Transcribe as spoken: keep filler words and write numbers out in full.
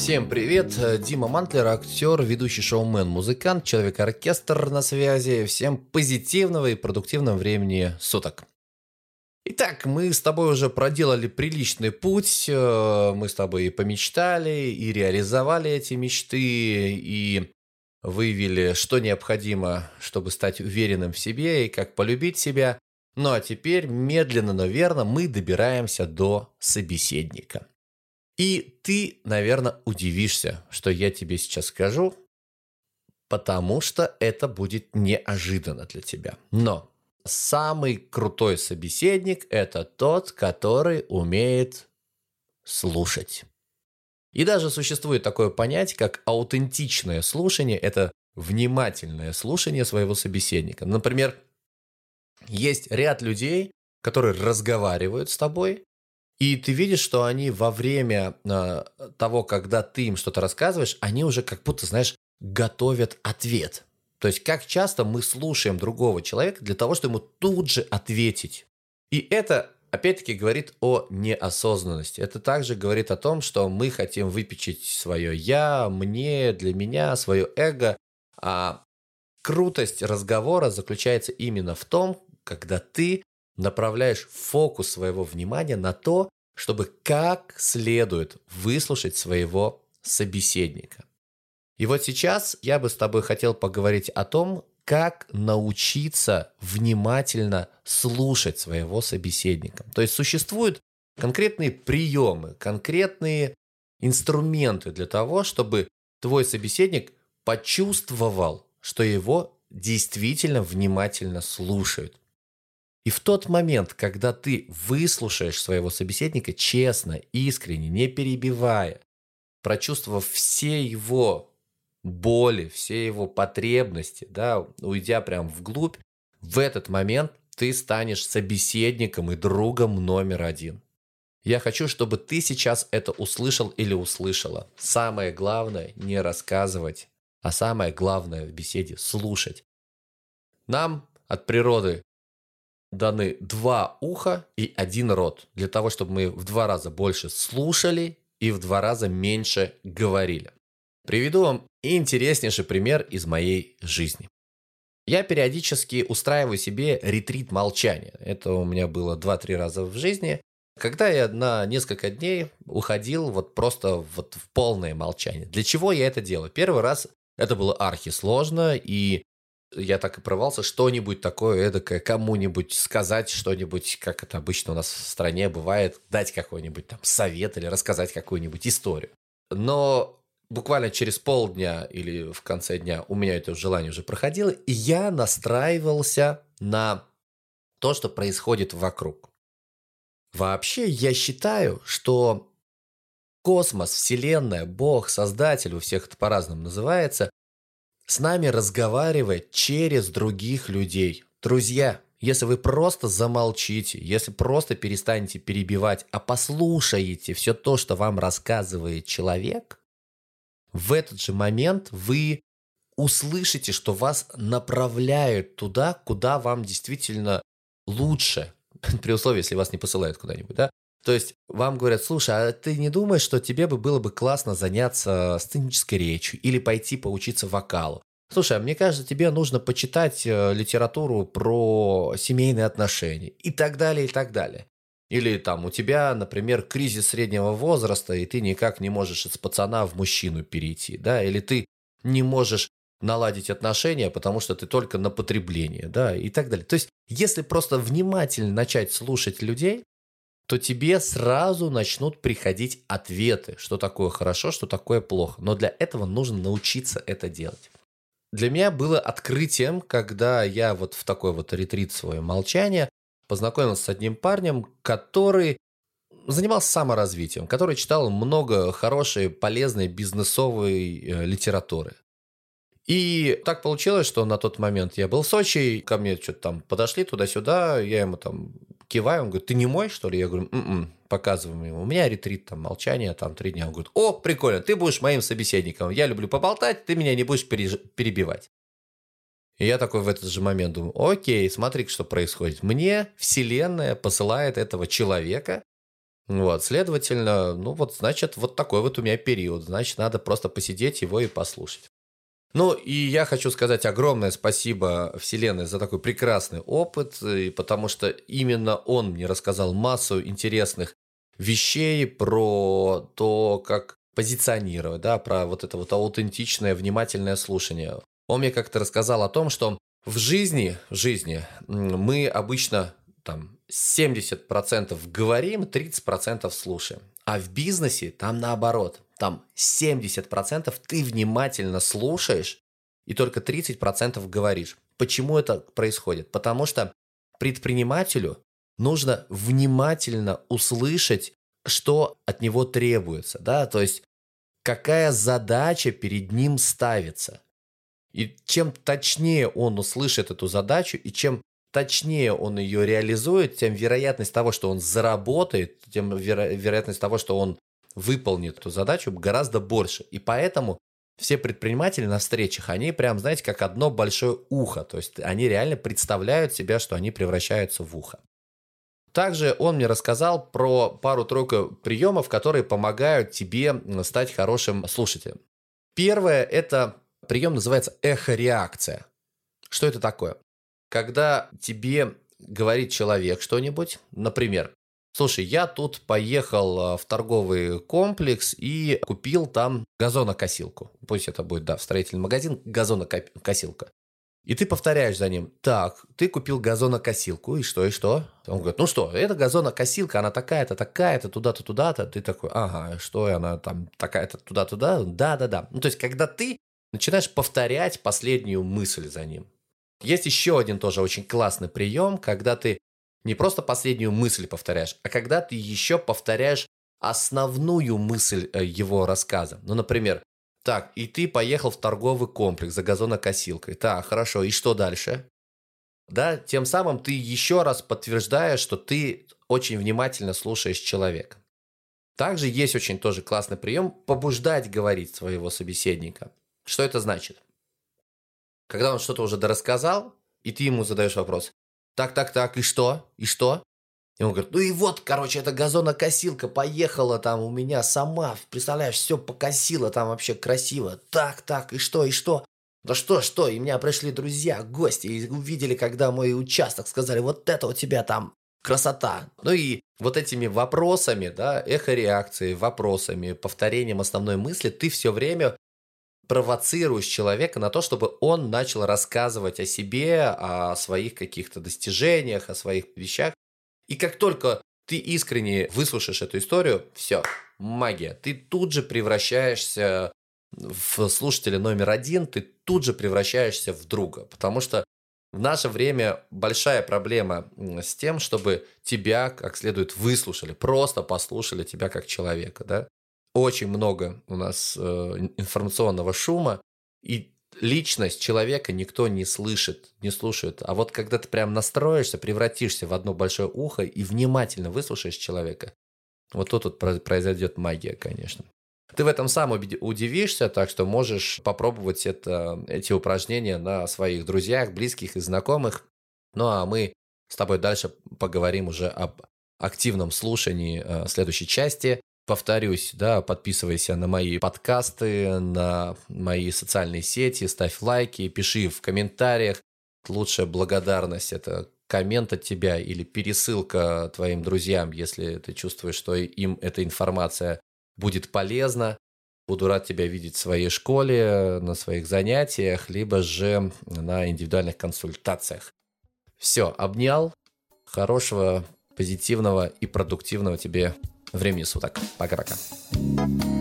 Всем привет, Дима Мантлер, актер, ведущий шоумен, музыкант, человек-оркестр на связи. Всем позитивного и продуктивного времени суток. Итак, мы с тобой уже проделали приличный путь, мы с тобой и помечтали, и реализовали эти мечты, и выявили, что необходимо, чтобы стать уверенным в себе и как полюбить себя. Ну а теперь медленно, но верно мы добираемся до собеседника. И ты, наверное, удивишься, что я тебе сейчас скажу, потому что это будет неожиданно для тебя. Но самый крутой собеседник – это тот, который умеет слушать. И даже существует такое понятие, как аутентичное слушание – это внимательное слушание своего собеседника. Например, есть ряд людей, которые разговаривают с тобой, и ты видишь, что они во время э, того, когда ты им что-то рассказываешь, они уже как будто, знаешь, готовят ответ. То есть, как часто мы слушаем другого человека для того, чтобы ему тут же ответить. И это, опять-таки, говорит о неосознанности. Это также говорит о том, что мы хотим выпечить свое «я», «мне», «для меня», свое эго. А крутость разговора заключается именно в том, когда ты направляешь фокус своего внимания на то, чтобы как следует выслушать своего собеседника. И вот сейчас я бы с тобой хотел поговорить о том, как научиться внимательно слушать своего собеседника. То есть существуют конкретные приемы, конкретные инструменты для того, чтобы твой собеседник почувствовал, что его действительно внимательно слушают. И в тот момент, когда ты выслушаешь своего собеседника честно, искренне, не перебивая, прочувствовав все его боли, все его потребности, да, уйдя прям вглубь, в этот момент ты станешь собеседником и другом номер один. Я хочу, чтобы ты сейчас это услышал или услышала. Самое главное – не рассказывать, а самое главное в беседе – слушать. Нам от природы даны два уха и один рот, для того, чтобы мы в два раза больше слушали и в два раза меньше говорили. Приведу вам интереснейший пример из моей жизни. Я периодически устраиваю себе ретрит молчания. Это у меня было два-три раза в жизни, когда я на несколько дней уходил вот просто вот в полное молчание. Для чего я это делаю? Первый раз это было архисложно, и я так и порывался что-нибудь такое эдакое, кому-нибудь сказать что-нибудь, как это обычно у нас в стране бывает, дать какой-нибудь там совет или рассказать какую-нибудь историю. Но буквально через полдня или в конце дня у меня это желание уже проходило, и я настраивался на то, что происходит вокруг. Вообще, я считаю, что космос, Вселенная, Бог, Создатель, у всех это по-разному называется, с нами разговаривает через других людей. Друзья, если вы просто замолчите, если просто перестанете перебивать, а послушаете все то, что вам рассказывает человек, в этот же момент вы услышите, что вас направляют туда, куда вам действительно лучше, при условии, если вас не посылают куда-нибудь, да? То есть вам говорят: слушай, а ты не думаешь, что тебе бы было бы классно заняться сценической речью или пойти поучиться вокалу? Слушай, а мне кажется, тебе нужно почитать литературу про семейные отношения и так далее, и так далее. Или там у тебя, например, кризис среднего возраста, и ты никак не можешь из пацана в мужчину перейти, да? Или ты не можешь наладить отношения, потому что ты только на потребление, да, и так далее. То есть если просто внимательно начать слушать людей, то тебе сразу начнут приходить ответы, что такое хорошо, что такое плохо. Но для этого нужно научиться это делать. Для меня было открытием, когда я вот в такой вот ретрит свое молчание познакомился с одним парнем, который занимался саморазвитием, который читал много хорошей, полезной бизнесовой э, литературы. И так получилось, что на тот момент я был в Сочи, ко мне что-то там подошли туда-сюда, я ему там киваю, он говорит: ты не мой, что ли? Я говорю: м-м", показываем ему, у меня ретрит, там, молчание, там, три дня. Он говорит: о, прикольно, ты будешь моим собеседником, я люблю поболтать, ты меня не будешь переж... перебивать. И я такой в этот же момент думаю: окей, смотри, что происходит. Мне Вселенная посылает этого человека, Вот, следовательно, ну вот, значит, вот такой вот у меня период. Значит, надо просто посидеть его и послушать. Ну, и я хочу сказать огромное спасибо Вселенной за такой прекрасный опыт, и потому что именно он мне рассказал массу интересных вещей про то, как позиционировать, да, про вот это вот аутентичное, внимательное слушание. Он мне как-то рассказал о том, что в жизни, в жизни мы обычно там семьдесят процентов говорим, тридцать процентов слушаем. А в бизнесе там наоборот. Там семьдесят процентов ты внимательно слушаешь и только тридцать процентов говоришь. Почему это происходит? Потому что предпринимателю нужно внимательно услышать, что от него требуется. Да? То есть, какая задача перед ним ставится. И чем точнее он услышит эту задачу, и чем точнее он ее реализует, тем вероятность того, что он заработает, тем веро- вероятность того, что он выполнит эту задачу, гораздо больше. И поэтому все предприниматели на встречах, они прям, знаете, как одно большое ухо. То есть они реально представляют себя, что они превращаются в ухо. Также он мне рассказал про пару-тройку приемов, которые помогают тебе стать хорошим слушателем. Первое – это прием, называется эхореакция. Что это такое? Когда тебе говорит человек что-нибудь, например, слушай, я тут поехал в торговый комплекс и купил там газонокосилку. Пусть это будет, да, в строительный магазин газонокосилка. И ты повторяешь за ним: так, ты купил газонокосилку, и что, и что? Он говорит: ну что, это газонокосилка, она такая-то, такая-то, туда-то, туда-то. Ты такой: ага, что она там такая-то, туда-туда? Да-да-да. Ну, то есть, когда ты начинаешь повторять последнюю мысль за ним. Есть еще один тоже очень классный прием, когда ты не просто последнюю мысль повторяешь, а когда ты еще повторяешь основную мысль его рассказа. Ну, например, так, и ты поехал в торговый комплекс за газонокосилкой. Так, хорошо, и что дальше? Да, тем самым ты еще раз подтверждаешь, что ты очень внимательно слушаешь человека. Также есть очень тоже классный прием побуждать говорить своего собеседника. Что это значит? Когда он что-то уже дорассказал, и ты ему задаешь вопрос: так, так, так, и что? И что? И он говорит: ну и вот, короче, эта газонокосилка поехала там у меня сама, представляешь, все покосила там вообще красиво. Так, так, и что, и что? Да что, что? И у меня пришли друзья, гости, и увидели, когда мой участок, сказали: вот это у тебя там красота. Ну и вот этими вопросами, да, эхореакцией, вопросами, повторением основной мысли ты все время провоцируешь человека на то, чтобы он начал рассказывать о себе, о своих каких-то достижениях, о своих вещах. И как только ты искренне выслушаешь эту историю, все, магия. Ты тут же превращаешься в слушателя номер один, ты тут же превращаешься в друга. Потому что в наше время большая проблема с тем, чтобы тебя как следует выслушали, просто послушали тебя как человека, да? Очень много у нас э, информационного шума, и личность человека никто не слышит, не слушает. А вот когда ты прям настроишься, превратишься в одно большое ухо и внимательно выслушаешь человека, вот тут вот произойдет магия, конечно. Ты в этом сам удивишься, так что можешь попробовать это, эти упражнения на своих друзьях, близких и знакомых. Ну а мы с тобой дальше поговорим уже об активном слушании э, следующей части. Повторюсь, да, подписывайся на мои подкасты, на мои социальные сети, ставь лайки, пиши в комментариях. Лучшая благодарность – это коммент от тебя или пересылка твоим друзьям, если ты чувствуешь, что им эта информация будет полезна. Буду рад тебя видеть в своей школе, на своих занятиях, либо же на индивидуальных консультациях. Все, обнял. Хорошего, позитивного и продуктивного тебе времени суток. Пока-пока.